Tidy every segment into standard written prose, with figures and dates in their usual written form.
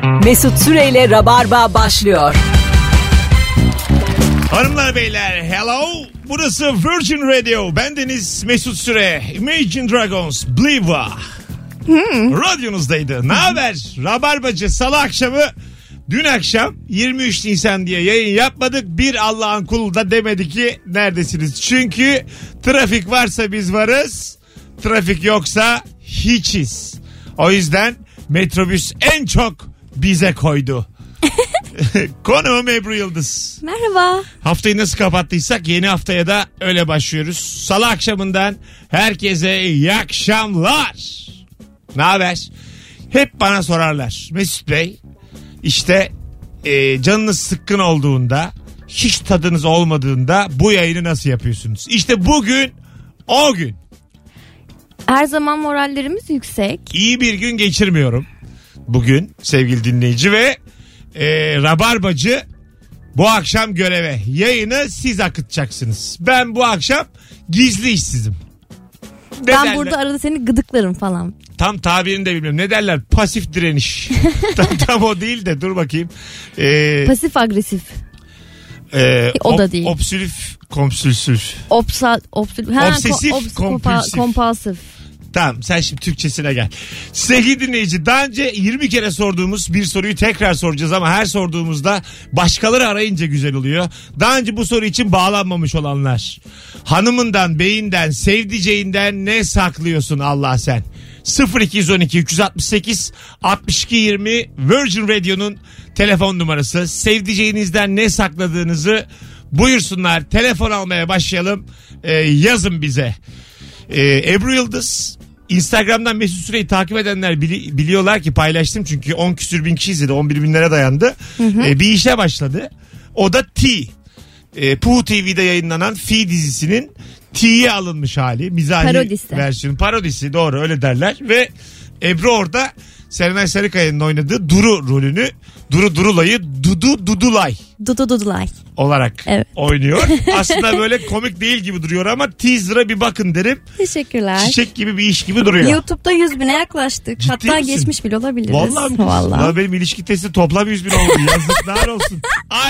Mesut Süreyle Rabarba başlıyor. Hanımlar beyler hello. Burası Virgin Radio. Bendeniz Mesut Süre. Imagine Dragons Believer. Radyonuzdaydı. Ne haber? Rabarbacı salı akşamı. Dün akşam 23 Nisan diye yayın yapmadık. Bir Allah'ın kulu da demedi ki neredesiniz? Çünkü trafik varsa biz varız. Trafik yoksa hiçiz. O yüzden metrobüs en çok bize koydu. Konuğum Ebru Yıldız. Merhaba. Haftayı nasıl kapattıysak yeni haftaya da öyle başlıyoruz. Salı akşamından herkese iyi akşamlar. Ne haber? Hep bana sorarlar. Mesut Bey, işte canınız sıkkın olduğunda, hiç tadınız olmadığında bu yayını nasıl yapıyorsunuz? İşte bugün o gün. Her zaman morallerimiz yüksek. İyi bir gün geçirmiyorum bugün sevgili dinleyici ve Rabarbacı bu akşam göreve. Yayını siz akıtacaksınız. Ben bu akşam gizli işsizim. Ne Ben derler? burada arada seni gıdıklarım falan. Tam tabirini de bilmiyorum. Ne derler? Pasif direniş. tam o değil de dur bakayım. Pasif agresif. O da değil. Obsülif kompulsif. Obsesif kompulsif. Kompulsif. Tamam, sen şimdi Türkçesine gel. Sevgili dinleyici, daha önce 20 kere sorduğumuz bir soruyu tekrar soracağız ama her sorduğumuzda başkaları arayınca güzel oluyor. Daha önce bu soru için bağlanmamış olanlar. Hanımından, beyinden, sevdiceğinden ne saklıyorsun Allah sen? 0212 368 62 20 Virgin Radio'nun telefon numarası. Sevdiceğinizden ne sakladığınızı buyursunlar. Telefon almaya başlayalım. Yazın bize. Ebru Yıldız Instagram'dan Mesut Süreyi takip edenler biliyorlar ki paylaştım çünkü 10 küsür bin kişi izledi, 11 binlere dayandı. Bir işe başladı. O da T. Puh TV'de yayınlanan Fi dizisinin T'ye alınmış hali, mizahi parodisi. Versiyonu, parodisi, doğru öyle derler. Ve Ebru orada Serenay Sarıkaya'nın oynadığı Duru rolünü, Durulay'ı Dudulay olarak oynuyor. Aslında böyle komik değil gibi duruyor ama teaser'a bir bakın derim. Teşekkürler. Çiçek gibi bir iş gibi duruyor. YouTube'da 100.000'e yaklaştık. Ciddi Hatta misin? geçmiş bile olabiliriz. Vallahi. Benim ilişki testi toplam 100.000 oldu. Yazıklar olsun.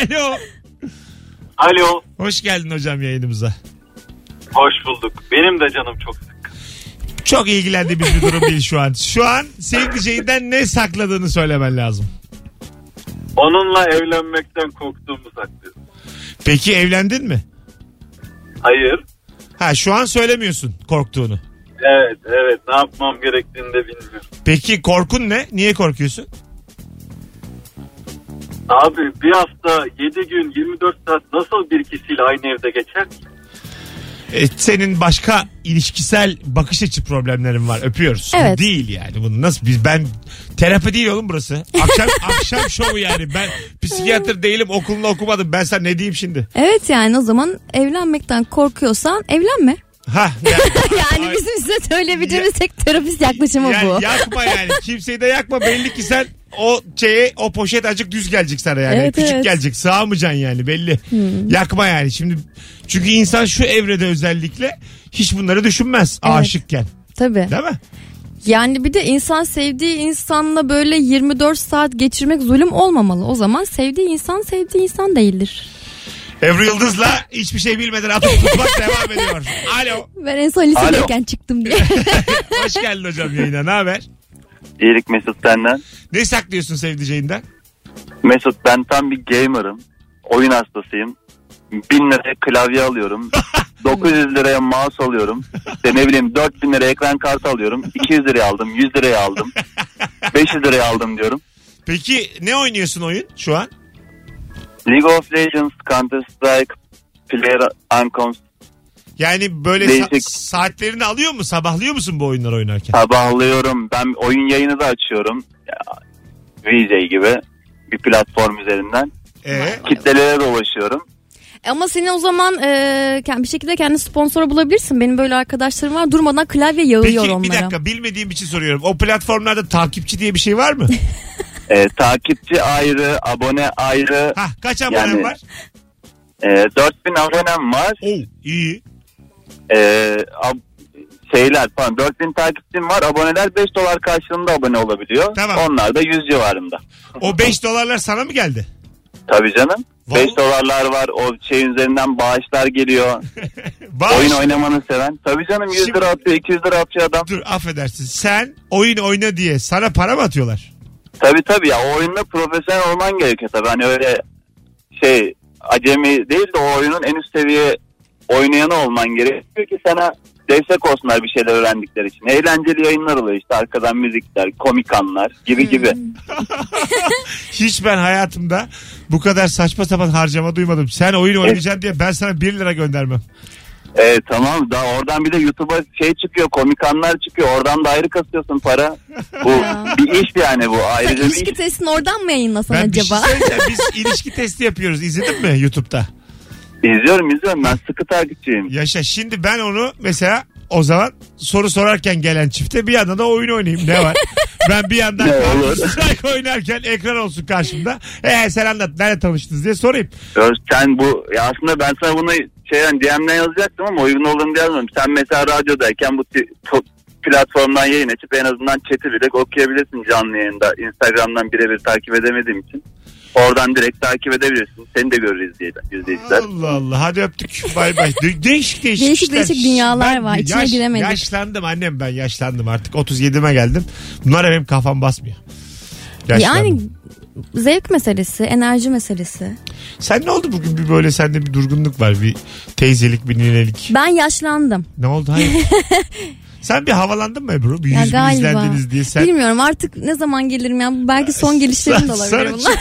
Alo. Hoş geldin hocam yayınımıza. Hoş bulduk. Benim de canım çok sıkkın. Çok ilgilendiğimiz bir durum değil şu an. Şu an sevdiceğinden ne sakladığını söylemen lazım. Onunla evlenmekten korktuğumu saklıyorum. Peki evlendin mi? Hayır. Şu an söylemiyorsun korktuğunu. Evet. Ne yapmam gerektiğini de bilmiyorum. Peki korkun ne? Niye korkuyorsun? Abi bir hafta 7 gün 24 saat nasıl bir kişiyle aynı evde geçer ki? Senin başka ilişkisel bakış açı problemlerin var. Öpüyoruz. Evet. Bu değil yani. Bunu nasıl ben terapi değil oğlum burası. Akşam şovu yani. Ben psikiyatr değilim, okulunu okumadım. Ben sana ne diyeyim şimdi? Evet, yani o zaman evlenmekten korkuyorsan evlenme. Yani bizim size söyleyebileceğimiz tek terapist yaklaşımı yani bu. Yakma yani. Kimseyi de yakma. Belli ki sen o poşet acık düz gelecek sana yani. Evet, Küçük evet. gelecek. Sığamayacaksın yani belli. Yakma yani. Şimdi çünkü insan şu evrede özellikle hiç bunları düşünmez. Evet. Aşıkken. Tabii. Değil mi? Yani bir de insan sevdiği insanla böyle 24 saat geçirmek zulüm olmamalı. O zaman sevdiği insan değildir. Ebru Yıldız'la hiçbir şey bilmeden atıp tutmak devam ediyor. Alo. Ben en son lisedeyken çıktım diye. Hoş geldin hocam yayına. Ne haber? İyilik Mesut senden. Ne saklıyorsun sevdiceğinden? Mesut ben tam bir gamer'ım. Oyun hastasıyım. 1000 liraya klavye alıyorum. 900 liraya mouse alıyorum. İşte ne bileyim 4000 liraya ekran kartı alıyorum. 200 liraya aldım, 100 liraya aldım. 500 liraya aldım diyorum. Peki ne oynuyorsun oyun şu an? League of Legends, Counter Strike, PlayerUnknown's. Yani böyle Değişik. saatlerini alıyor mu? Sabahlıyor musun bu oyunları oynarken? Sabahlıyorum. Ben oyun yayını da açıyorum. VJ gibi bir platform üzerinden. Kitlelere dolaşıyorum. Ama senin o zaman bir şekilde kendi sponsor bulabilirsin. Benim böyle arkadaşlarım var, durmadan klavye yağıyor onlara. Peki bir dakika, bilmediğim için soruyorum. O platformlarda takipçi diye bir şey var mı? Takipçi ayrı, abone ayrı. Kaç abonen var? 4000 abonem var. İyi. $4000 takipçim var. Aboneler $5 karşılığında abone olabiliyor. Tamam. Onlar da 100 civarında. O $5 sana mı geldi? Tabii canım. Vallahi... $5 var. O üzerinden bağışlar geliyor. Oyun oynamanı seven. Tabii canım 100 lira atıyor, 200 lira atıyor adam. Dur affedersin. Sen oyun oyna diye sana para mı atıyorlar? Tabii ya, o oyunda profesyonel olman gerekiyor tabii. Hani öyle acemi değil de o oyunun en üst seviye oynayanı olman gerekiyor ki sana destek olsunlar bir şeyler öğrendikleri için. Eğlenceli yayınlar oluyor işte, arkadan müzikler, komik anlar gibi. Hiç ben hayatımda bu kadar saçma sapan harcama duymadım. Sen oyun oynayacaksın diye ben sana 1 lira göndermem. Tamam, daha oradan bir de YouTube'a çıkıyor, komik anlar çıkıyor, oradan da ayrı kasıyorsun para. Bu bir iş yani, bu ayrıca bir iş. İlişki testini oradan mı yayınlasan ben acaba? Biz ilişki testi yapıyoruz, izledin mi YouTube'da? İzliyorum, ben sıkı takipçiyim. Yaşa, şimdi ben onu mesela o zaman soru sorarken gelen çifte bir yandan da oyun oynayayım, ne var? Ben bir yandan Strike oynarken ekran olsun karşımda. Sen anlat, nerede tanıştınız diye sorayım. Sen aslında ben sana bunu DM'den yazacaktım ama uygun olduğunu yazmadım. Sen mesela radyodayken bu platformdan yayın açıp en azından chat'i bile okuyabilirsin canlı yayında. Instagram'dan birebir takip edemediğim için. Oradan direkt takip edebilirsin. Seni de görür izleyiciler. Allah Allah, hadi öptük. Bay bay. Değişik dünyalar var. İçine giremedik. Yaşlandım annem, ben yaşlandım artık. 37'me geldim. Bunlar benim kafam basmıyor. Yani zevk meselesi, enerji meselesi. Sen ne oldu bugün, bir böyle sende bir durgunluk var, bir teyzelik, bir ninelik. Ben yaşlandım. Ne oldu, hayır? Sen bir havalandın mı Ebru? Bir 100 bin izlendiniz diye. Bilmiyorum artık ne zaman gelirim ya. Belki son gelişlerim de olabilir bunlar.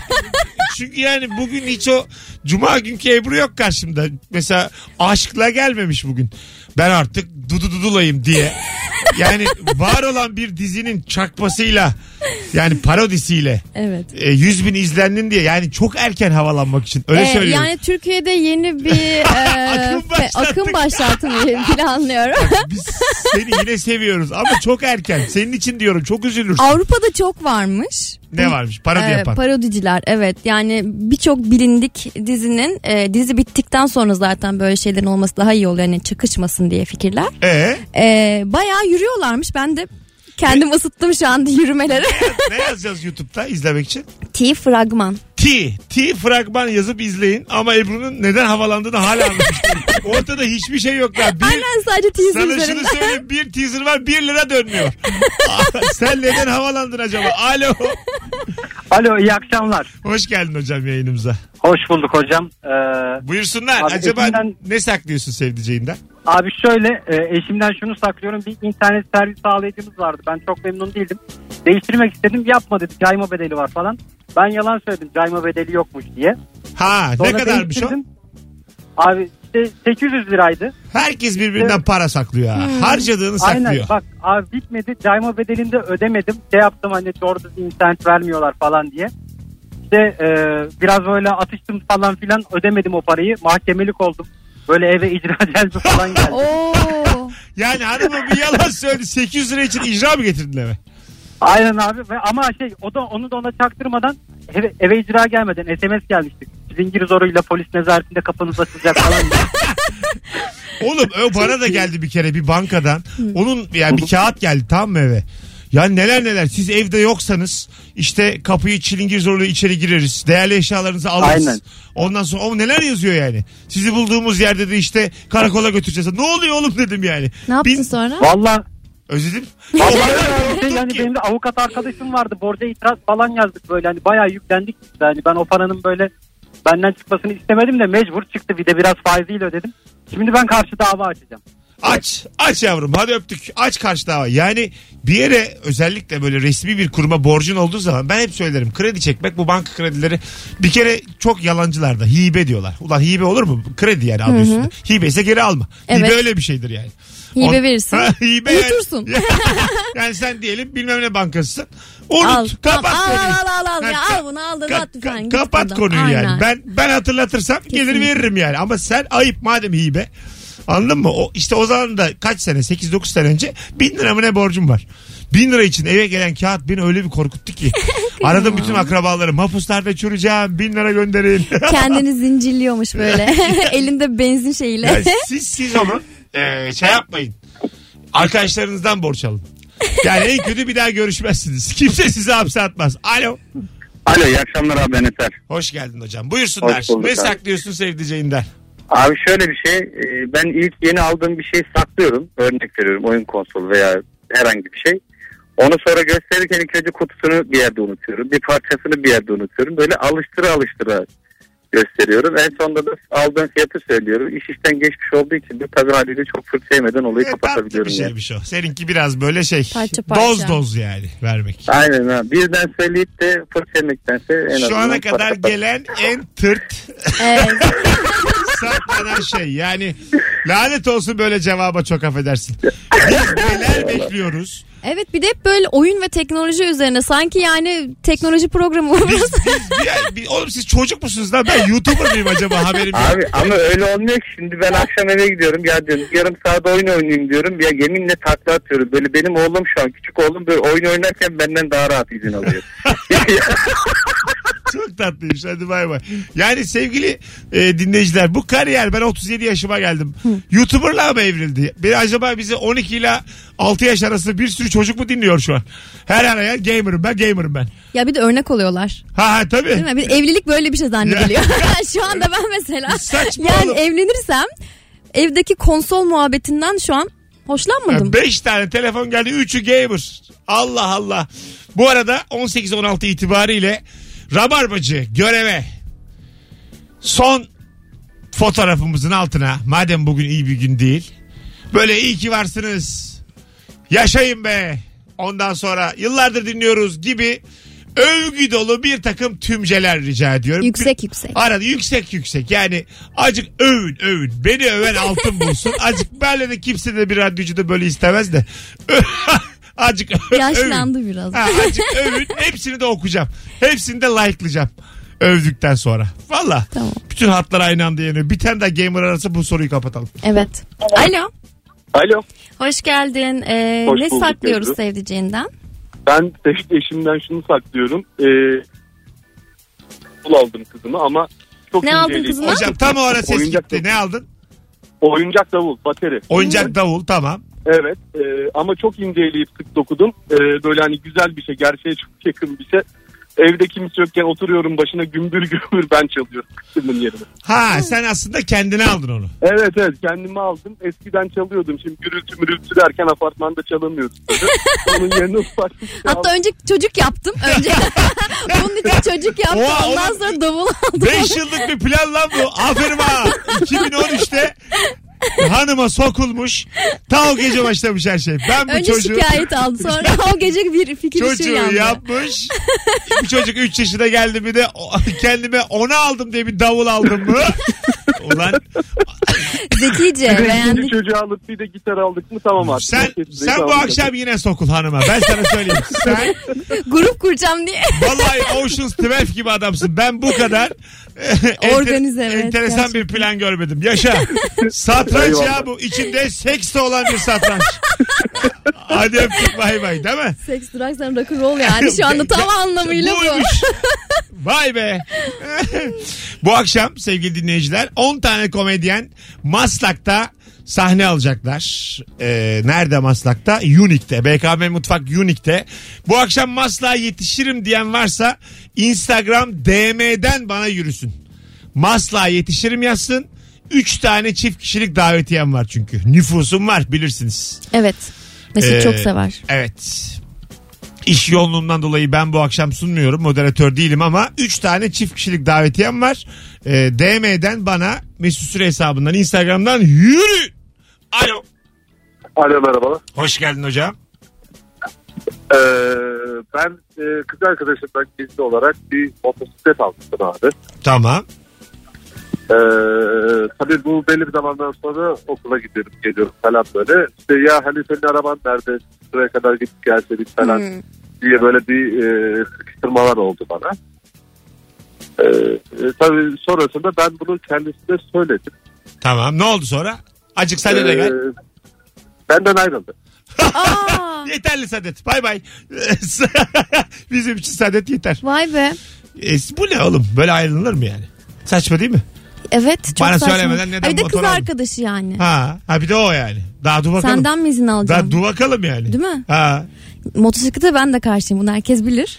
Çünkü yani bugün hiç o Cuma günkü Ebru yok karşımda. Mesela aşkla gelmemiş bugün. Ben artık dudulayım diye. Yani var olan bir dizinin çakmasıyla, yani parodisiyle. Evet. 100 bin izlendin diye, yani çok erken havalanmak için. Öyle söylüyorum. Yani Türkiye'de yeni bir akım başlatmayı planlıyorum. Biz seni yine seviyoruz ama çok erken. Senin için diyorum, çok üzülürsün. Avrupa'da çok varmış. Ne varmış? Parodi yapan. Parodiciler, evet. Yani birçok bilindik dizinin dizi bittikten sonra zaten böyle şeylerin olması daha iyi oluyor. Yani çıkışmasın diye fikirler. Bayağı yürüyorlarmış. Ben de kendim ısıttım şu anda yürümeleri. Ne yazacağız YouTube'da izlemek için? Fragman. Fragman yazıp izleyin ama Ebru'nun neden havalandığını hala anlamıştım. Ortada hiçbir şey yok ya. Aynen, sadece teaser sana üzerinden. Sana şunu söyleyeyim, bir teaser var, 1 lira dönmüyor. Sen neden havalandın acaba? Alo, iyi akşamlar. Hoş geldin hocam yayınımıza. Hoş bulduk hocam. Buyursunlar. Abi, acaba ne saklıyorsun sevdiceğinden? Abi şöyle, eşimden şunu saklıyorum. Bir internet servis sağlayıcımız vardı. Ben çok memnun değildim. Değiştirmek istedim. Yapma dedi. Cayma bedeli var falan. Ben yalan söyledim. Cayma bedeli yokmuş diye. Sonra ne kadarmış o? Abi işte 800 liraydı. Herkes birbirinden para saklıyor ha. Harcadığını saklıyor. Aynen, bak abi bitmedi. Cayma bedelini de ödemedim. Yaptım hani doğru düzgün internet vermiyorlar falan diye. İşte biraz böyle atıştım falan filan, ödemedim o parayı. Mahkemelik oldum. Böyle eve icra celbi falan geldi. Yani hanıma bir yalan söyledi. 800 lira için icra mı getirdin eve? Aynen abi. Ama onu da ona çaktırmadan eve icra gelmeden SMS gelmişti. Zingir zoruyla polis nezaretinde kapınız açılacak falan. Oğlum o bana da geldi bir kere bir bankadan. Onun yani bir kağıt geldi, tamam mı, eve? Yani neler siz evde yoksanız işte kapıyı çilingir zoruyla içeri gireriz. Değerli eşyalarınızı alırız. Aynen. Ondan sonra o neler yazıyor yani. Sizi bulduğumuz yerde de işte karakola götüreceğiz. Ne oluyor oğlum dedim yani. Ne yaptın sonra? Vallahi özledim. Yani benim de avukat arkadaşım vardı. Borca itiraz falan yazdık böyle. Hani bayağı yüklendik. Yani ben o paranın böyle benden çıkmasını istemedim de mecbur çıktı. Bir de biraz faiziyle ödedim. Şimdi ben karşı dava açacağım. Aç yavrum, hadi öptük. Aç karşı dava. Yani bir yere, özellikle böyle resmi bir kuruma borcun olduğu zaman ben hep söylerim, kredi çekmek, bu banka kredileri bir kere çok yalancılar da hibe diyorlar. Ulan hibe olur mu? Kredi yani adı üstünde. Hibe ise geri alma. Evet. Hibe öyle bir şeydir yani. Hibe verirsin. Hibe unutursun. Yani sen diyelim bilmem ne bankasısın. Unut. Kapat konuyu. Al bunu aldın. Kapat konuyu yani. Ben hatırlatırsam gelir veririm yani. Ama sen ayıp madem hibe. Anladın mı? İşte o zaman da kaç sene, 8-9 sene önce 1000 lira mı ne borcum var. 1000 lira için eve gelen kağıt beni öyle bir korkuttu ki. Aradım bütün akrabalarım. Mahpuslarda çürüyeceğim, 1000 lira gönderin. Kendini zincirliyormuş böyle. Elinde benzin şeyiyle. Yani siz olun. Şey yapmayın. Arkadaşlarınızdan borç alın. Yani en kötü bir daha görüşmezsiniz. Kimse sizi hapse atmaz. Alo. Alo, iyi akşamlar abi, ben Eser. Hoş geldin hocam. Buyursunlar. Hoş bulduk ne abi. saklıyorsun sevdiceğinden? Abi şöyle bir şey, ben ilk yeni aldığım bir şey saklıyorum. Örnek veriyorum, oyun konsolu veya herhangi bir şey. Onu sonra gösterirken ilk önce kutusunu bir yerde unutuyorum. Bir parçasını bir yerde unutuyorum. Böyle alıştıra gösteriyorum. En sonunda da aldığım fiyatı söylüyorum. İş işten geçmiş olduğu için de tabii haliyle çok fırt sevmeden olayı kapatabiliyorum. Tatlı bir şeymiş o. Seninki biraz böyle Parça. doz yani vermek. Aynen ha. Birden söyleyip de fırt sevmektense en azından. Şu ana kadar gelen en tırt Evet. saklanan şey. Yani lanet olsun böyle cevaba, çok affedersin. Biz neler bekliyoruz? Evet, bir de hep böyle oyun ve teknoloji üzerine. Sanki yani teknoloji programı var. Oğlum siz çocuk musunuz lan? Ben YouTuber mıyım acaba, haberim yok. Abi ama öyle olmuyor ki. Şimdi ben akşam eve gidiyorum. Ya diyorum yarım saat oyun oynayayım diyorum. Ya yeminle takla atıyorum. Böyle benim oğlum şu an, küçük oğlum, böyle oyun oynarken benden daha rahat izin alıyor. Çok tatlıymış, hadi bay bay. Yani sevgili dinleyiciler, bu kariyer, ben 37 yaşıma geldim. YouTuber'lığa mı evrildi? Acaba bizi 12 ile 6 yaş arası bir sürü çocuk mu dinliyor şu an? Her arayan gamer'ım ben. Ya bir de örnek oluyorlar. Ha tabii. Değil mi? Bir de evlilik böyle bir şey zannediliyor. Şu anda ben mesela Saçma yani oğlum. evlenirsem evdeki konsol muhabbetinden şu an hoşlanmadım. 5 tane telefon geldi, 3'ü gamer. Allah Allah. Bu arada 18-16 itibariyle Rabarbacı göreve, son fotoğrafımızın altına, madem bugün iyi bir gün değil, böyle iyi ki varsınız, yaşayın be, ondan sonra yıllardır dinliyoruz gibi övgü dolu bir takım tümceler rica ediyorum. Yüksek. Arada yüksek yani azıcık övün. Beni öven altın bulsun. Azıcık böyle de, kimse de bir radyocu da böyle istemez de. Azıcık Yaşlandı övün. biraz. Azıcık övün. Hepsini de okuyacağım. Hepsini de like'layacağım. Övdükten sonra. Valla. Tamam. Bütün hatlar aynı anda yanıyor. Bir tane daha gamer arası, bu soruyu kapatalım. Evet. Alo. Alo. Hoş geldin. Hoş Ne bulduk saklıyoruz Ebru. sevdiceğinden? Ben eşimden şunu saklıyorum. Aldım kızımı ama çok Ne aldın inceleyip- kızına? Hocam tam o ara ses Oyuncak gitti. Ne aldın? Oyuncak davul, bateri. Oyuncak davul, tamam. Evet ama çok inceleyip sık dokudum. Böyle hani güzel bir şey, gerçeğe çok yakın bir şey. Evde kimse yokken oturuyorum başına, gümbür ben çalıyorum kızımın yerine. Ha, sen aslında kendine aldın onu. Evet kendimi aldım. Eskiden çalıyordum. Şimdi gürültü derken apartmanda çalamıyoruz. Onun yerine ufak bir şey Hatta aldım. önce çocuk yaptım. Bunun için çocuk yaptım. Oha, Ondan oğlum. sonra davul aldım. 5 yıllık bir plan lan bu. Aferin ha. 2013'te hanıma sokulmuş. Ta o gece başlamış her şey. Ben bu Önce çocuğu... şikayet aldı. Sonra o gece bir fikir ışığı Çocuğu yandı. yapmış. Bu çocuk 3 yaşına geldi, bir de kendime onu aldım diye bir davul aldım mı? Ulan Zekice Bir de beğendik. ikinci çocuğu alıp bir de gitar aldık mı tamam artık. sen bu akşam yine sokul hanıma. Ben sana söyleyeyim. Sen Grup kuracağım diye. vallahi Ocean's 12 gibi adamsın. Ben bu kadar Organize, evet, enteresan gerçekten. bir plan görmedim. Yaşa. Satranç ya Eyvallah. bu. İçinde seks de olan bir satranç. Hadi öptük, bay bay, değil mi? Sex, drugs and rock and roll yani şu anda tam anlamıyla bu. Buymuş. Vay be. Bu akşam sevgili dinleyiciler 10 tane komedyen Maslak'ta sahne alacaklar. Nerede Maslak'ta? Unique'te. BKM Mutfak Unique'te. Bu akşam Maslak'a yetişirim diyen varsa Instagram DM'den bana yürüsün. Maslak'a yetişirim yazsın. 3 tane çift kişilik davetiyem var çünkü. Nüfusum var, bilirsiniz. Evet. Mesut çok sever. Evet. İş yoğunluğundan dolayı ben bu akşam sunmuyorum. Moderatör değilim ama 3 tane çift kişilik davetiyem var. DM'den bana Mesut Süre hesabından, Instagram'dan yürü. Alo. Alo, merhabalar. Hoş geldin hocam. Ben kız arkadaşımdan gizli olarak bir motosiklet almıştım abi. Tamam. Tabii bu belli bir zamandan sonra okula gidiyorum, geliyorum falan böyle. İşte ya hani senin araban nerede? Şuraya kadar gidip gelseydik falan diye böyle bir sıkıştırmalar oldu bana. Tabii sonrasında ben bunu kendisine söyledim. Tamam. Ne oldu sonra? Acık sen de gel. Benden ayrıldı. Aa, Yeterli Saadet. Bay bay. Bizim için Saadet yeter. vay be. Bu ne oğlum? Böyle ayrılır mı yani? Saçma değil mi? Evet çok Bana saçma. söylemeden neden Bir de motor kız aldın? arkadaşı yani. Ha bir de o yani. Daha dur bakalım. Senden mi izin alacağım? Daha dur bakalım yani. Değil mi? Ha. Motosiklete ben de karşıyım. Bunu herkes bilir.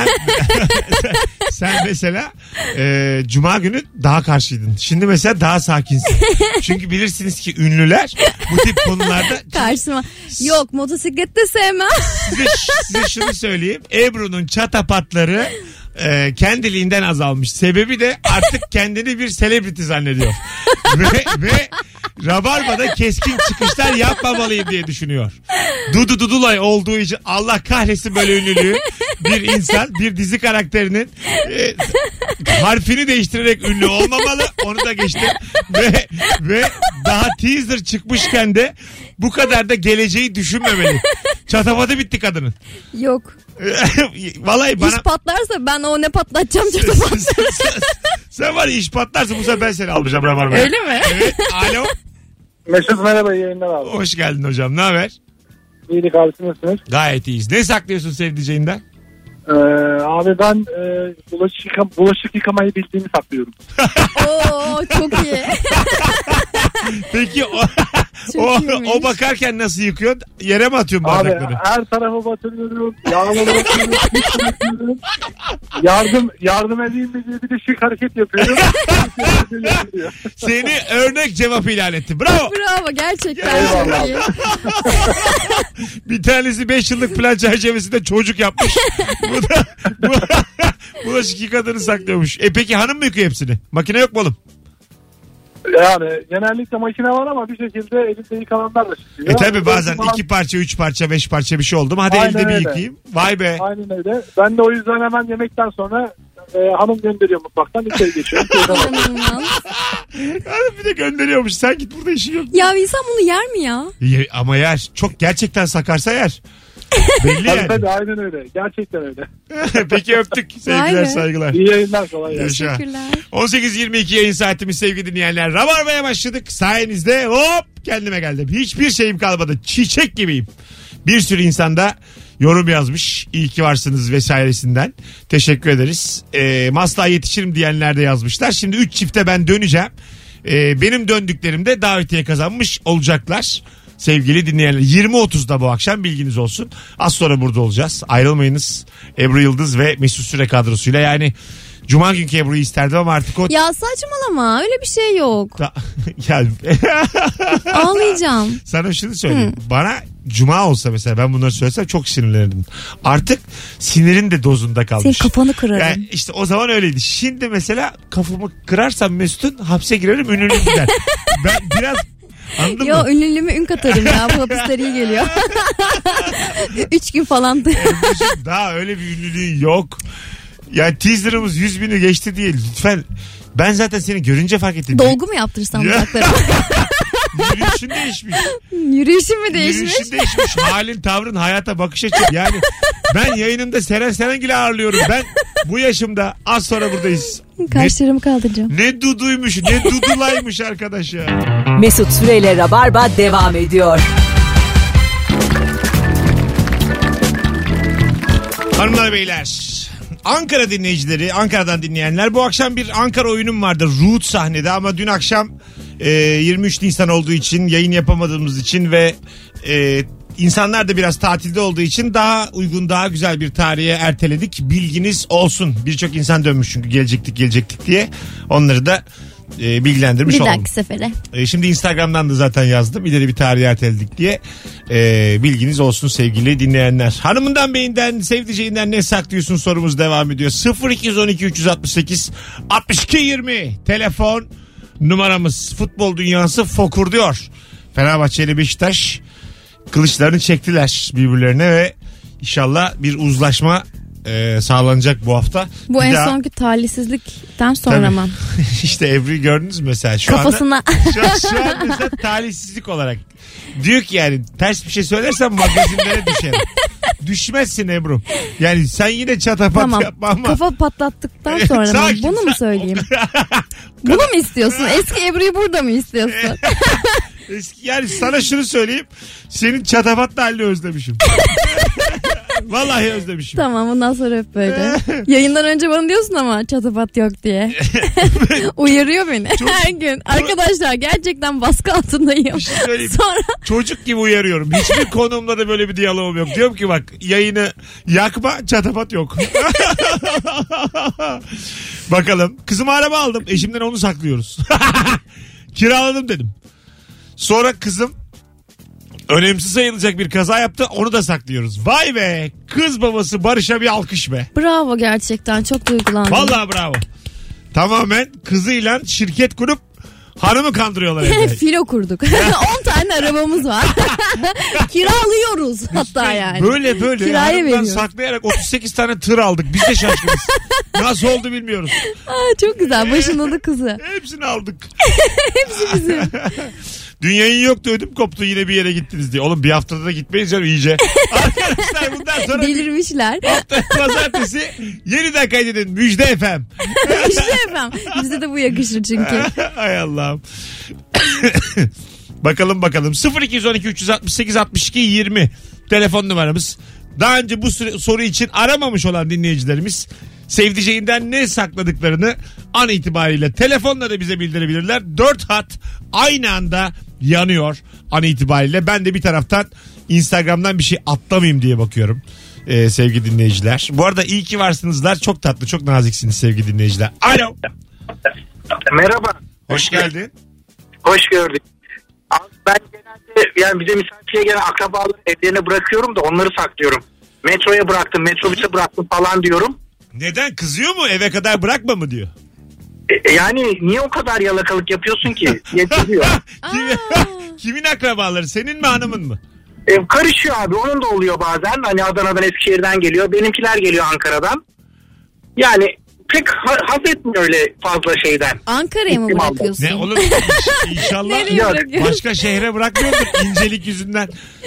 Sen mesela Cuma günü daha karşıydın. Şimdi mesela daha sakinsin. Çünkü bilirsiniz ki ünlüler bu tip konularda... Karşıma. Yok motosiklette sevmem. Size şunu söyleyeyim. Ebru'nun çatapatları kendiliğinden azalmış. Sebebi de artık kendini bir selebriti zannediyor. ve Rabarba'da keskin çıkışlar yapmamalıyım diye düşünüyor. Dudu Dudulay olduğu için Allah kahretsin böyle ünlülüğü. Bir insan bir dizi karakterinin harfini değiştirerek ünlü olmamalı. Onu da geçtim. Ve daha teaser çıkmışken de bu kadar da geleceği düşünmemeli. Çatafatı bitti kadının. Yok. Vallahi bana... İş patlarsa ben o ne patlatacağım çatafatları. Sen var ya iş patlarsa bu sefer ben seni almayacağım Rabarba'ya. Öyle mi? Evet. Alo. Mesut merhaba, iyi yayınlar abi. Hoş geldin hocam. Ne haber? İyilik abi, nasılsınız? Gayet iyiyiz. Ne saklıyorsun sevdiceğinden? Abi ben bulaşık yıkamayı bildiğimi saklıyorum. Oo çok iyi. Peki o bakarken nasıl yıkıyorsun? Yere mi atıyorsun Abi bardakları? her tarafı batırıyorum. Yağları batırıyorum. Yardım edeyim mi diye bir de şık hareket yapıyorum. Seni örnek cevap ilan etti. Bravo. Bravo gerçekten. Eyvallah. Çok iyi. Bir tanesi 5 yıllık plan çerçevesinde çocuk yapmış. Bulaşık yıkadığını saklıyormuş. Peki hanım mı yıkıyor hepsini? Makine yok mu oğlum? Yani genellikle makine var ama bir şekilde elimde yıkananlar da çıkıyor. Tabi bazen 2 parça, 3 parça, 5 parça bir şey oldu mu? Hadi Aynen elde bir öyle. yıkayayım. Vay be. Aynen öyle. Ben de o yüzden hemen yemekten sonra hanım gönderiyor mutfaktan. Bir şey geçiyorum. İnanılmaz. Hanım bir de gönderiyormuş. Sen git, burada işin yok. Ya insan bunu yer mi ya? Ama yer. Çok gerçekten sakarsa yer. Belli yani. Tabii aynen öyle. Gerçekten öyle. Peki öptük. Sevgiler be. saygılar. İyi yayınlar, kolay gelsin. Yaşa. Teşekkürler. 18.22 yayın saatimiz sevgili dinleyenler. Rabarba'ya başladık. Sayenizde hop kendime geldim. Hiçbir şeyim kalmadı. Çiçek gibiyim. Bir sürü insanda yorum yazmış. İyi ki varsınız vesairesinden. Teşekkür ederiz. Masla yetişirim diyenler de yazmışlar. Şimdi 3 çifte ben döneceğim. Benim döndüklerimde davetiye kazanmış olacaklar. Sevgili dinleyenler 20.30'da bu akşam bilginiz olsun. Az sonra burada olacağız. Ayrılmayınız. Ebru Yıldız ve Mesut Süre kadrosuyla, yani Cuma günkü Ebru'yu isterdim ama artık o... Ya saçmalama, öyle bir şey yok. Ya... Ağlayacağım. Sana şunu söyleyeyim. Bana Cuma olsa mesela, ben bunları söylesem çok sinirlenirdim. Artık sinirin de dozunda kalmış. Senin kafanı kırarım. Yani işte o zaman öyleydi. Şimdi mesela kafamı kırarsam Mesut'un, hapse girerim, ünlülüğüm gider. Ben biraz... Anladın Yo, mı? ünlülüğüme ün katarım ya. Bu hapisler iyi geliyor. 3 gün falandı. Daha öyle bir ünlülüğün yok. Yani teaserımız 100.000'i geçti diye lütfen. Ben zaten seni görünce fark ettim. Dolgu mu yaptırsam uzaklarıma? Yürüyüşün değişmiş. Yürüyüşüm mü değişmiş? Yürüyüşün değişmiş. Halin, tavrın, hayata bakış açın. Yani ben yayınımda Seren Serengil'i ağırlıyorum. Ben bu yaşımda, az sonra buradayız. Kaşlarımı kaldıracağım. Ne duduymuş, ne dudulaymış arkadaş ya. Mesut Süreyle Rabarba devam ediyor. Hanımlar beyler, Ankara dinleyicileri, Ankara'dan dinleyenler, bu akşam bir Ankara oyunum vardı Root sahnede, ama dün akşam 23 Nisan olduğu için, yayın yapamadığımız için ve insanlar da biraz tatilde olduğu için daha uygun, daha güzel bir tarihe erteledik. Bilginiz olsun. Birçok insan dönmüş çünkü gelecektik diye. Onları da bilgilendirmiş Bir olalım. dahaki sefere. Şimdi Instagram'dan da zaten yazdım. İleri bir tarihe erteledik diye. Bilginiz olsun sevgili dinleyenler. Hanımından, beyinden, sevdiceğinden ne saklıyorsun sorumuz devam ediyor. 0212 368 62 20 telefon numaramız. Futbol dünyası fokur diyor. Fenerbahçe ile Beşiktaş kılıçlarını çektiler birbirlerine ve inşallah bir uzlaşma sağlanacak bu hafta. Bu bir en daha... sonki talihsizlikten sonra mı? İşte Ebru'yu gördünüz mesela. Kafasına. Şu an mesela talihsizlik olarak. Diyor ki yani ters bir şey söylersen magazinlere düşerim. Düşmezsin Ebru. Yani sen yine çatapat Tamam. yapma ama. Kafa patlattıktan sonra mı? Sakin, Bunu mu söyleyeyim? Bunu mu istiyorsun? Eski Ebru'yu burada mı istiyorsun? Yani sana şunu söyleyeyim. Senin çatafatlı halini özlemişim. Vallahi özlemişim. Tamam, bundan sonra hep böyle. Yayından önce bana diyorsun ama çatapat yok diye. Uyarıyor beni her gün. Arkadaşlar gerçekten baskı altındayım. Bir şey söyleyeyim. Sonra... Çocuk gibi uyarıyorum. Hiçbir konumda da böyle bir diyalogum yok. Diyorum ki bak, yayını yakma, çatapat yok. Bakalım. Kızıma araba aldım. Eşimden onu saklıyoruz. Kiraladım dedim. Sonra kızım önemsiz sayılacak bir kaza yaptı. Onu da saklıyoruz. Vay be. Kız babası Barış'a bir alkış be. Bravo, gerçekten çok duygulandım. Vallahi bravo. Tamamen kızıyla şirket kurup hanımı kandırıyorlar evde. Filo kurduk. 10 tane arabamız var. Kiralıyoruz hatta yani. Böyle kiraya hanımdan veriyoruz. saklayarak 38 tane tır aldık. Biz de şaşkınız. Nasıl oldu bilmiyoruz. Çok güzel. Başında da kızı. Hepsini aldık. Hepsi bizim. Dün yayın yoktu, ödüm koptu, yine bir yere gittiniz diye. Oğlum bir haftada da gitmeyiz canım iyice. Arkadaşlar bundan sonra delirmişler. Hafta pazartesi yeniden kaydedin. Müjde efem. Müjde efem. Bize de bu yakışır çünkü. Hay Allah'ım. Bakalım. 0212 368 62 20 telefon numaramız. Daha önce bu soru için aramamış olan dinleyicilerimiz sevdiceğinden ne sakladıklarını an itibariyle telefonla da bize bildirebilirler. 4 hat aynı anda yanıyor an itibariyle. Ben de bir taraftan Instagram'dan bir şey atlamayayım diye bakıyorum. Sevgili dinleyiciler. Bu arada iyi ki varsınızlar. Çok tatlı, çok naziksiniz sevgili dinleyiciler. Alo. Merhaba. Hoş geldin. Hoş gördük. Abi ben genelde yani bize misafirliğe gelen akrabaları evlerine bırakıyorum da onları saklıyorum. Metroya bıraktım, metrobüse bıraktım falan diyorum. Neden? Kızıyor mu? Eve kadar bırakma mı diyor? Yani niye o kadar yalakalık yapıyorsun ki? Yetiriyor. Kimin akrabaları? Senin mi, hanımın mı? Karışıyor abi. Onun da oluyor bazen. Hani Adana'dan, Eskişehir'den geliyor. Benimkiler geliyor Ankara'dan. Yani pek haz etmiyor öyle fazla şeyden. Ankara'ya mı bırakıyorsun? Ne oğlum, inşallah başka şehre bırakmıyordur incelik yüzünden.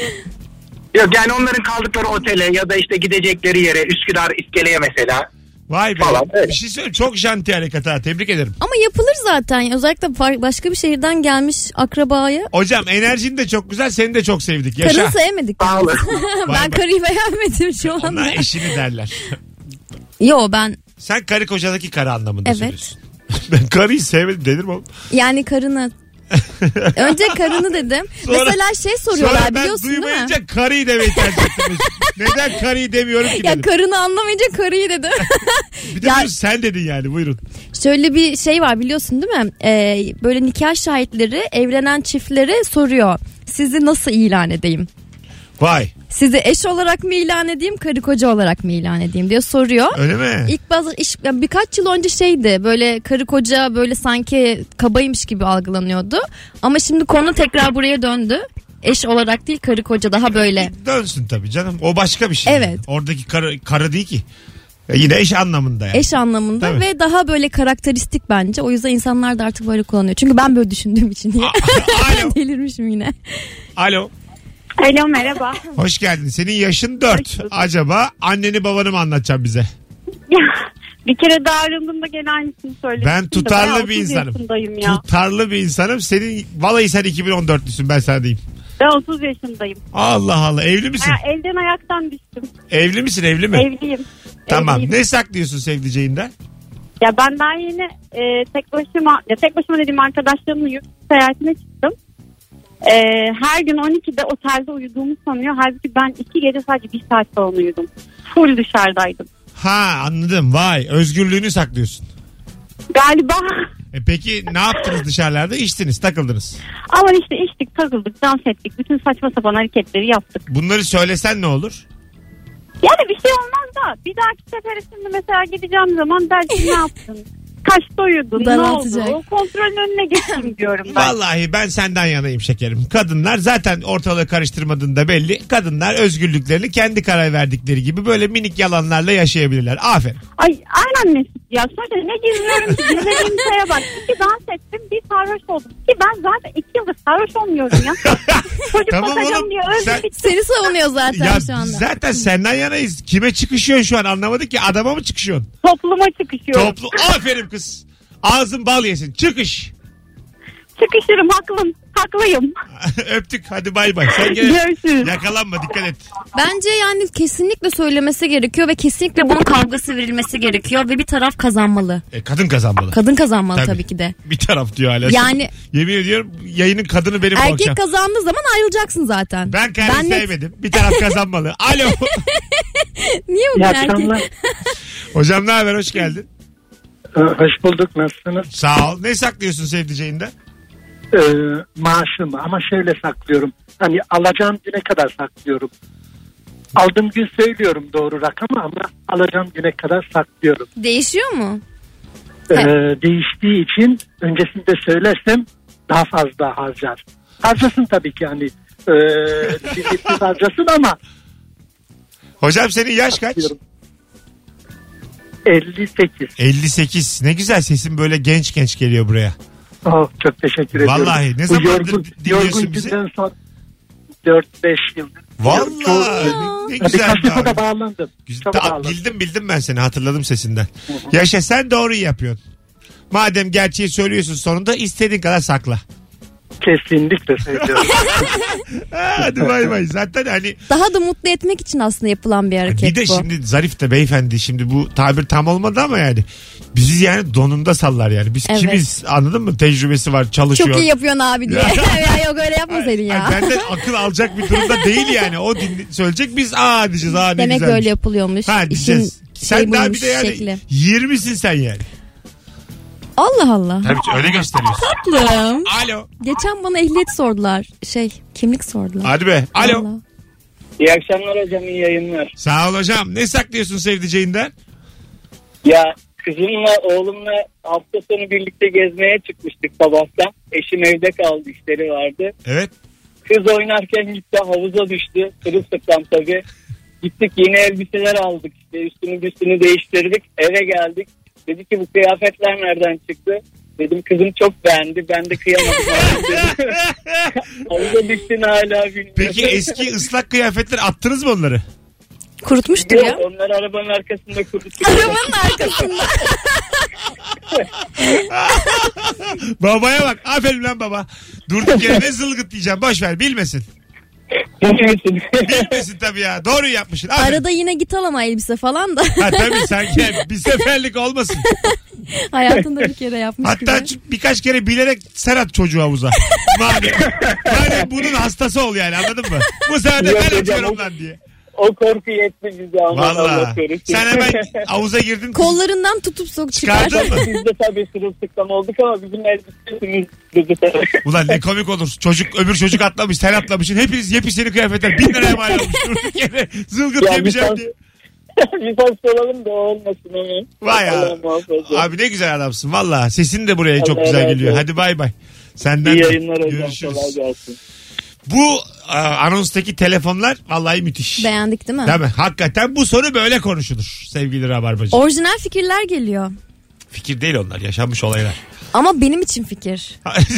Yok yani onların kaldıkları otele ya da işte gidecekleri yere, Üsküdar İskele'ye mesela. Vay be. Falan, evet. Bir şey söyleyeyim, çok janti harekat ha, tebrik ederim. Ama yapılır zaten, özellikle başka bir şehirden gelmiş akrabaya. Hocam enerjin de çok güzel, seni de çok sevdik. Yaşa. Karını sevmedik. Sağ olun. Ben karıyı beğenmedim şu anda. Onlar eşini derler. Yo ben. Sen karı kocadaki karı anlamında evet. Söylüyorsun. Ben karıyı sevmedim denir mi oğlum? Yani karını. Önce karını dedim. Sonra, mesela şey soruyorlar biliyorsun değil mi? Sonra ben duymayınca karıyı demeyi tercih ettim. Neden karıyı demiyorum ki dedim. Ya karını anlamayınca karıyı dedim. Bir de ya, sen dedin yani, buyurun. Şöyle bir şey var biliyorsun değil mi? Böyle nikah şahitleri evlenen çiftlere soruyor. Sizi nasıl ilan edeyim? Vay. Sizi eş olarak mı ilan edeyim, karı koca olarak mı ilan edeyim diye soruyor. Öyle mi? İlk birkaç yıl önce şeydi, böyle karı koca böyle sanki kabaymış gibi algılanıyordu. Ama şimdi konu tekrar buraya döndü. Eş olarak değil, karı koca daha böyle. Dönsün tabii canım, o başka bir şey. Evet. Oradaki karı değil ki. Yine eş anlamında yani. Eş anlamında tabii. Ve daha böyle karakteristik bence. O yüzden insanlar da artık böyle kullanıyor. Çünkü ben böyle düşündüğüm için diye. Delirmişim yine. Alo. Alo, merhaba. Hoş geldin. Senin yaşın 4. Acaba anneni babanı mı anlatacaksın bize? Bir kere daha ayrıldığımda gene aynısını söyledim. Ben tutarlı bir insanım. Tutarlı bir insanım. Vallahi sen 2014'lüsün, ben sana diyeyim. Ben 30 yaşındayım. Allah Allah, evli misin? Elden ayaktan düştüm. Evli misin, evli mi? Evliyim. Tamam. Evliyim. Ne saklıyorsun sevdiceğinden? Ya ben daha yeni tek başıma dediğim arkadaşlarımla yurt seyahatine çıktım. Her gün 12'de otelde uyuduğumu sanıyor. Halbuki ben 2 gece sadece 1 saat falan uyudum. Full dışarıdaydım. Ha, anladım. Vay, özgürlüğünü saklıyorsun. Galiba. Peki ne yaptınız dışarılarda? İçtiniz, takıldınız. Ama işte içtik, takıldık, dans ettik. Bütün saçma sapan hareketleri yaptık. Bunları söylesen ne olur? Yani bir şey olmaz da bir dahaki sefere şimdi mesela gideceğim zaman dersin ne yaptın? Kaçta uyudun? Ne oldu? O kontrolün önüne geçeyim diyorum ben. Vallahi ben senden yanayım şekerim. Kadınlar zaten ortalığı karıştırmadığında belli. Kadınlar özgürlüklerini kendi karar verdikleri gibi böyle minik yalanlarla yaşayabilirler. Aferin. Ay aynen Mesut ya. Sonuçta ne gizliyorum ki? Gizlediğim şeye bak. 2 dans ettim, bir sarhoş oldum. Ki ben zaten 2 yıldır sarhoş olmuyorum ya. Çocuk tamam bakacağım diye öldüm. Seni savunuyor zaten ya, şu anda. Zaten senden yanayız. Kime çıkışıyorsun şu an, anlamadık ki. Adama mı çıkışıyorsun? Topluma çıkışıyorum. Aferin kız. Ağzın bal yesin. Çıkış. Çıkışırım, haklım. haklıyım. Öptük. Hadi bay bay. Sen gene Görüşürüz. yakalanma, dikkat et. Bence yani kesinlikle söylemesi gerekiyor ve kesinlikle bunun kavgası verilmesi gerekiyor ve bir taraf kazanmalı. Kadın kazanmalı. Kadın kazanmalı tabii ki de. Bir taraf diyor hala. Yani yemin ediyorum yayının kadını benim bu akşam. erkek kazandığı zaman ayrılacaksın zaten. Ben kendimi sevmedim. Bir taraf kazanmalı. Alo. Niye bu erkek? Hocam ne haber? Hoş geldin. Hoş bulduk. Nasılsınız? Sağ ol. Ne saklıyorsun sevdiceğinden? Maaşımı ama şöyle saklıyorum. Hani alacağım güne kadar saklıyorum. Aldığım gün söylüyorum doğru rakamı ama alacağım güne kadar saklıyorum. Değişiyor mu? Değiştiği için öncesinde söylersem daha fazla harcar. Harcasın tabii ki hani birlikte harcasın ama. Hocam senin yaş kaç? 58. 58. Ne güzel, sesin böyle genç genç geliyor buraya. Oh, çok teşekkür ederim. Vallahi ne zamandır dinliyorsun bizi? 4-5 yıldır. Vallahi ne güzel. Birkaç defa da bağlandım. Bildim ben seni, hatırladım sesinden. Yaşa, sen doğruyu yapıyorsun. Madem gerçeği söylüyorsun sonunda, istediğin kadar sakla. Kesinlikle söylüyorum. Hadi bay bay. Zaten hani daha da mutlu etmek için aslında yapılan bir hareket bu. Bir de şimdi zarif de beyefendi, şimdi bu tabir tam olmadı ama yani bizi yani donunda sallar yani. Biz kimiz, anladın mı? Tecrübesi var, çalışıyor. Çok iyi yapıyorsun abi diye. Ya yok öyle yapmasaydın ya. Benden akıl alacak bir durumda değil yani. O söyleyecek, biz diyeceğiz. Ne demek güzelmiş. Öyle yapılıyormuş. Diyeceğiz. Sen daha bir de yani şekli. 20'sin sen yani. Allah Allah. Tabii ki öyle gösteriyorsun. Tatlım. Alo. Geçen bana ehliyet sordular. Kimlik sordular. Hadi be. Alo. Allah. İyi akşamlar hocam, iyi yayınlar. Sağ ol hocam. Ne saklıyorsun sevdiceğinden? Ya kızımla oğlumla hafta sonu birlikte gezmeye çıkmıştık sabahtan. Eşim evde kaldı, işleri vardı. Evet. Kız oynarken gitti, havuza düştü. Sırılsıklam tabii. Gittik, yeni elbiseler aldık, işte üstünü değiştirdik, eve geldik. Dedi ki bu kıyafetler nereden çıktı? Dedim kızım çok beğendi, ben de kıyamadım. Havuza düştün hala bilmiyorum. Peki eski ıslak kıyafetler attınız mı onları? Kurutmuştur ya. Onlar arabanın arkasında kuruttuk. Arabanın arkasında. Babaya bak, aferin lan baba. Durduk yere ne zılgıt diyeceğim, boş ver, bilmesin. Bilmesin tabii ya, doğru yapmışsın. Aferin. Arada yine git al ama elbise falan da. Ha tabii, sanki bir seferlik olmasın. Hayatında bir kere yapmış hatta gibi. birkaç kere bilerek sen at çocuğu havuza. Madem bunun hastası ol yani, anladın mı? Bu sefer de ben atıyorum lan diye. O korku yetti bize. Valla. Sen hemen havuza girdin. Kollarından tutup sok çıkardın mı? Biz de tabii sırılsıklam olduk ama bizim elbisemiz dedi tabii. Ulan ne komik olur. Öbür çocuk atlamış, sen atlamışsın. Hepiniz yepyeni kıyafetler 1000 liraya mal olmuş. Durduk yere zılgıt yemeyeceğim diye. Bir post olalım da olmasın hemen. Vay ya. Abi ne güzel adamsın valla. Sesin de buraya çok güzel geliyor. Hadi bay bay. Senden İyi yayınlar hocam. Görüşürüz. Kolay gelsin. Bu anonstaki telefonlar vallahi müthiş. Beğendik değil mi? Değil mi? Hakikaten bu soru böyle konuşulur sevgili Rabarbacı. Orijinal fikirler geliyor. Fikir değil onlar, yaşanmış olaylar. Ama benim için fikir.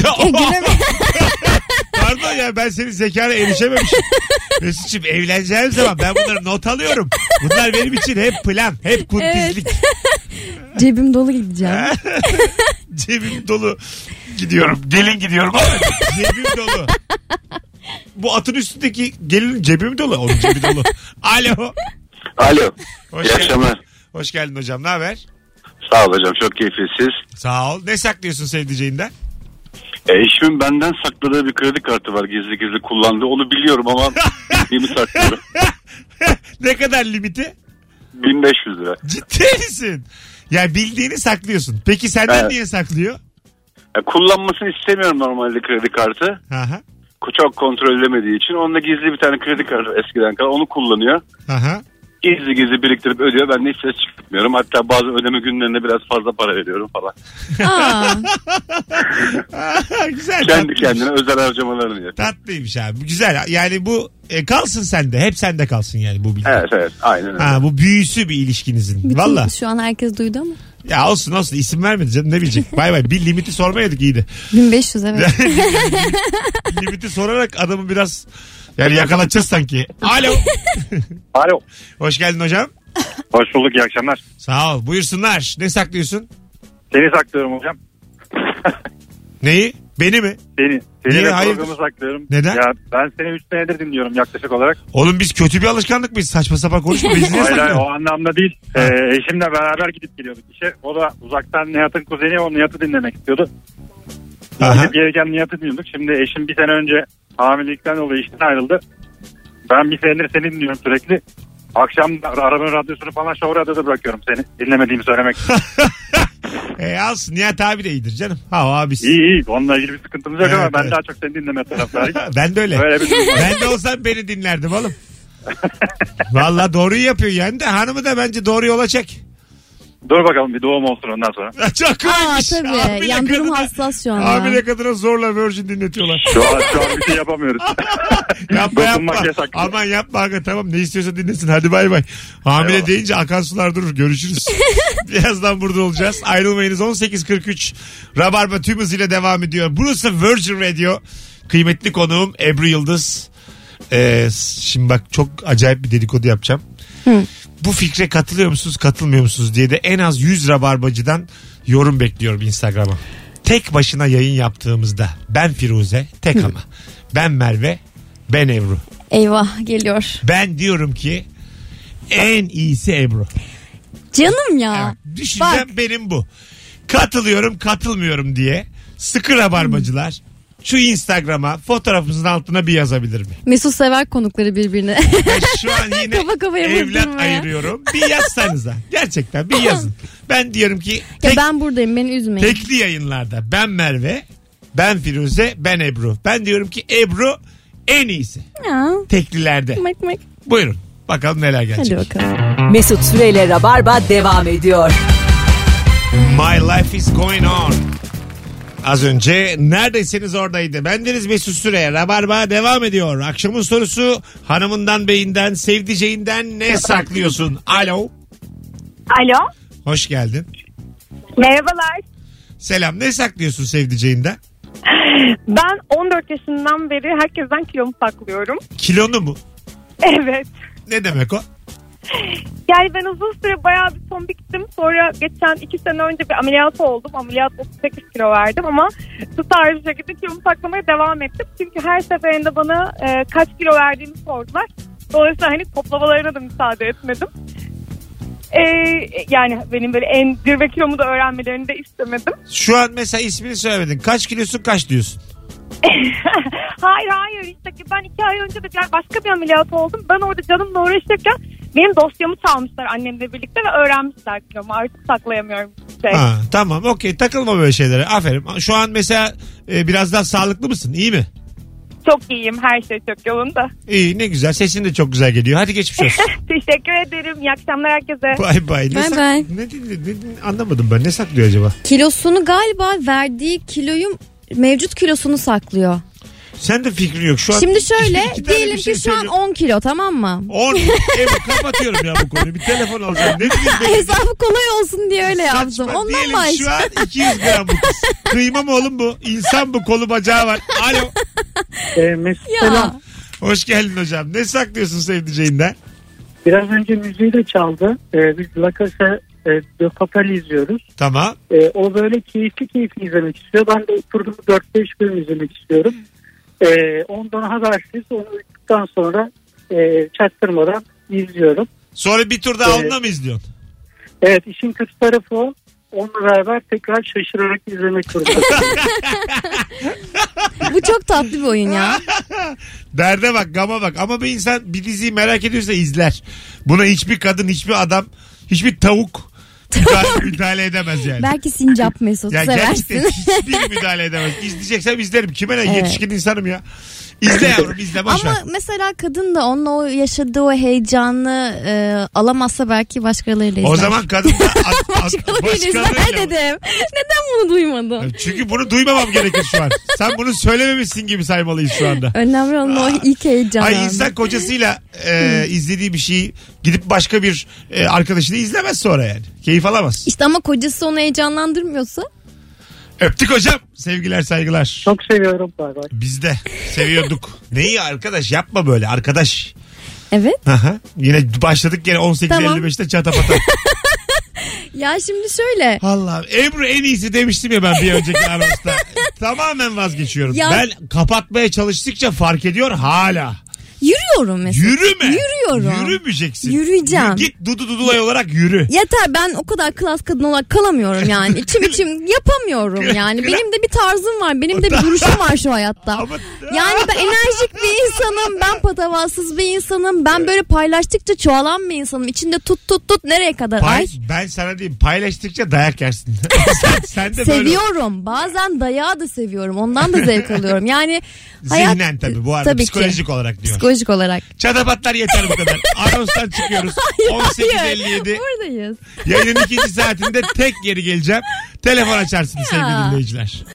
Pardon ya, ben senin zekana erişememişim. Mesut'cum, evleneceğim zaman ben bunları not alıyorum. Bunlar benim için hep plan, hep kuntizlik. Evet. Cebim dolu gideceğim. Cebim dolu gidiyorum. Gelin gidiyorum ama cebim dolu. Bu atın üstündeki gelin cebi mi dolu? Onun cebi dolu. Alo. Alo. Hoş İyi geldin. akşamlar. Hoş geldin hocam. Ne haber? Sağ ol hocam. Çok keyiflisiz. Sağ ol. Ne saklıyorsun sevdiceğinden? Eşimin benden sakladığı bir kredi kartı var. Gizli gizli kullandığı. Onu biliyorum ama bildiğimi saklıyorum. Ne kadar limiti? 1500 lira. Ciddi misin? Yani bildiğini saklıyorsun. Peki senden niye saklıyor? Kullanmasını istemiyorum normalde kredi kartı. Aha. Çok kontrol edemediği için. Onunla gizli bir tane kredi kartı eskiden kalan. Onu kullanıyor. Aha. Gizli gizli biriktirip ödüyor. Ben de hiç ses çıkartmıyorum. Hatta bazı ödeme günlerinde biraz fazla para veriyorum falan. Güzel. Kendi kendine özel harcamalarını yapıyor. Tatlıymış abi. Güzel. Yani bu kalsın sende. Hep sende kalsın yani bu bilgi. Evet. Aynen öyle. Ha, bu büyüsü bir ilişkinizin. Valla. Şu an herkes duydu ama. Ya olsun isim vermedi canım, ne bilecek. Bay bay. Bir limiti sormayaydık iyiydi. 1500 evet. Limiti sorarak adamı biraz yani yakalatacağız sanki. Alo. Alo. Hoş geldin hocam. Hoş bulduk, iyi akşamlar. Sağ ol. Buyursunlar. Ne saklıyorsun? Seni saklıyorum hocam. Neyi? Beni mi? Seni Niye, de hayırdır? programı saklıyorum. Neden? Ya ben seni 3 senedir dinliyorum yaklaşık olarak. Oğlum biz kötü bir alışkanlık mıyız? Saçma sapan konuşma. Biz niye Hayır saklıyoruz? o anlamda değil. Eşimle beraber gidip geliyorduk işe. O da uzaktan Nihat'ın kuzeni, o Nihat'ı dinlemek istiyordu. Aha. Bir yerken Nihat'ı dinliyorduk. Şimdi eşim bir sene önce hamilelikten dolayı işten ayrıldı. Ben bir senedir seni dinliyorum sürekli. Akşam arabanın radyosunu falan Show Radyo'da bırakıyorum seni. Dinlemediğimi söylemek için. Alsın Nihat abi de iyidir canım. Ha abisi. İyi. Onunla ilgili bir sıkıntımız yok, Evet, ama ben evet. daha çok seni dinleme taraftarıyım. Ben de öyle. Ben de olsam beni dinlerdim oğlum. Vallahi doğruyu yapıyor yani de hanımı da bence doğru yola çek. Dur bakalım bir doğum olsun ondan sonra. Çok kolaymış. Tabii. Yan durum hassas şu anda. Hamile kadına zorla Virgin dinletiyorlar. Şu an bir şey yapamıyoruz. yapma. Aman yapma aga, tamam ne istiyorsa dinlesin, hadi bay bay. Hamile Eyvallah. deyince akan sular durur, görüşürüz. Birazdan burada olacağız. Ayrılmayınız. 18.43 Rabarba tüm hızıyla devam ediyor. Burası Virgin Radio. Kıymetli konuğum Ebru Yıldız. Şimdi bak çok acayip bir dedikodu yapacağım. Bu fikre katılıyor musunuz, katılmıyor musunuz diye de en az 100 rabarbacıdan yorum bekliyorum Instagram'a. Tek başına yayın yaptığımızda ben Firuze, tek ama. Ben Merve, ben Ebru. Eyvah geliyor. Ben diyorum ki en iyisi Ebru. Canım ya. Evet, düşüncem benim bu. Katılıyorum, katılmıyorum diye sıkı rabarbacılar şu Instagram'a fotoğrafımızın altına bir yazabilir mi? Mesut sever konukları birbirine. Ben şu an yine Kafa kafaya evlat vurdurmaya. ayırıyorum. Bir yazsanıza. Gerçekten bir yazın. Ben diyorum ki Ya ben buradayım, beni üzmeyin. tekli yayınlarda ben Merve, ben Firuze, ben Ebru. Ben diyorum ki Ebru en iyisi. Ya. Teklilerde. Mak. Buyurun. Bakalım neler gelecek. Hadi bakalım. Mesut Süreyle Rabarba devam ediyor. My life is going on. Az önce neredeyseniz oradaydı. Bendeniz Mesut Süre. Rabarba devam ediyor. Akşamın sorusu hanımından, beyinden, sevdiceğinden ne saklıyorsun? Alo. Alo. Hoş geldin. Merhabalar. Selam. Ne saklıyorsun sevdiceğinden? Ben 14 yaşından beri herkesten kilomu saklıyorum. Kilonu mu? Evet. Ne demek o? Yani ben uzun süre bayağı bir tombiktim. Sonra geçen 2 sene önce bir ameliyat oldum. Ameliyat 38 kilo verdim ama tutarlı bir şekilde kilomu saklamaya devam ettim. Çünkü her seferinde bana kaç kilo verdiğimi sordular. Dolayısıyla hani toplamalarına da müsaade etmedim. Yani benim böyle en zirve kilomu da öğrenmelerini de istemedim. Şu an mesela ismini söylemedin. Kaç kilosun, kaç diyorsun? Hayır işte ben 2 ay önce de başka bir ameliyat oldum. Ben orada canımla uğraşırken benim dosyamı çalmışlar annemle birlikte ve öğrenmişler kilomu. Artık saklayamıyorum bir şey. Ha, tamam okey, takılma böyle şeylere. Aferin. Şu an mesela biraz daha sağlıklı mısın? İyi mi? Çok iyiyim, her şey çok yolunda. İyi, ne güzel, sesin de çok güzel geliyor. Hadi geçmiş olsun. Teşekkür ederim. İyi akşamlar herkese. Bay bay. Ne anlamadım ben, ne saklıyor acaba? Kilosunu galiba verdiği kiloyu, mevcut kilosunu saklıyor. Sen de fikrin yok. Şu an Şimdi şöyle iki tane diyelim bir şey ki şu an söylüyorum. 10 kilo, tamam mı? 10. Kapatıyorum ya bu konuyu. Bir telefon alacağım. Ne bileyim Hesabı kolay olsun diye öyle yaptım. Saçma. Ondan Diyelim başla. şu an 200 gram bu kız. Kıyma mı oğlum bu? İnsan bu, kolu bacağı var. Alo. Mesut Ya. selam. Hoş geldin hocam. Ne saklıyorsun sevdiceğinden? Biraz önce müziği de çaldı. Biz La Casa de Papel izliyoruz. Tamam. O böyle keyifli izlemek istiyor. Ben de oturdum 4-5 bölüm izlemek istiyorum. Ondan habersiz onu uyuduktan sonra çaktırmadan izliyorum. Sonra bir tur daha onunla mı izliyorsun? Evet, işin kötü tarafı o. Onunla beraber tekrar şaşırarak izlemek zorunda. Bu çok tatlı bir oyun ya. Derde bak, gama bak. Ama bir insan bir diziyi merak ediyorsa izler. Buna hiçbir kadın, hiçbir adam, hiçbir tavuk müdahale edemez yani. Belki sincap Mesut Ya seversin. gerçekten hiçbiri müdahale edemez. İzleyeceksem izlerim. Kime ne? Evet. Yetişkin insanım ya. İzle yavrum, izle, boş ver. Ama mesela kadın da onunla o yaşadığı o heyecanı alamazsa belki başkalarıyla izler. O zaman kadın da başkalarıyla izler dedim. Neden bunu duymadın? Çünkü bunu duymamam gerekir şu an. Sen bunu söylememişsin gibi saymalıyız şu anda. Önemli olan o ilk heyecan. Ay, insan kocasıyla izlediği bir şeyi gidip başka bir arkadaşıyla izlemez sonra yani. Keyif alamaz. İşte ama kocası onu heyecanlandırmıyorsa. Öptük hocam. Sevgiler, saygılar. Çok seviyorum. Bay bay. Biz de seviyorduk. Neyi arkadaş, yapma böyle arkadaş. Evet. Aha. Yine başladık gene 18.55'te çatapata. Ya şimdi şöyle. Allah'ım. Ebru en iyisi demiştim ya ben bir önceki anonsta. Tamamen vazgeçiyorum. Ya, ben kapatmaya çalıştıkça fark ediyor hala. Yürüyorum mesela. Yürüme. Yürüyorum. Yürümeyeceksin. Yürüyeceğim. Git Dudu olarak yürü. Yeter, ben o kadar klas kadın olarak kalamıyorum yani. İçim yapamıyorum yani. Benim de bir tarzım var. Benim de bir duruşum var şu hayatta. Yani ben enerjik bir insanım. Ben patavatsız bir insanım. Ben böyle paylaştıkça çoğalan bir insanım. İçinde tut nereye kadar? Ben sana diyeyim, paylaştıkça dayak yersin. sen de seviyorum. Böyle. Bazen dayağı da seviyorum. Ondan da zevk alıyorum. Yani zihnen tabii bu arada tabii psikolojik olarak diyor. Psikolojik olarak. Çatabatlar yeter bu kadar. Anonstan çıkıyoruz. 18.57. Buradayız. Yayının 2. saatinde tek geri geleceğim. Telefon açarsınız sevgili dinleyiciler.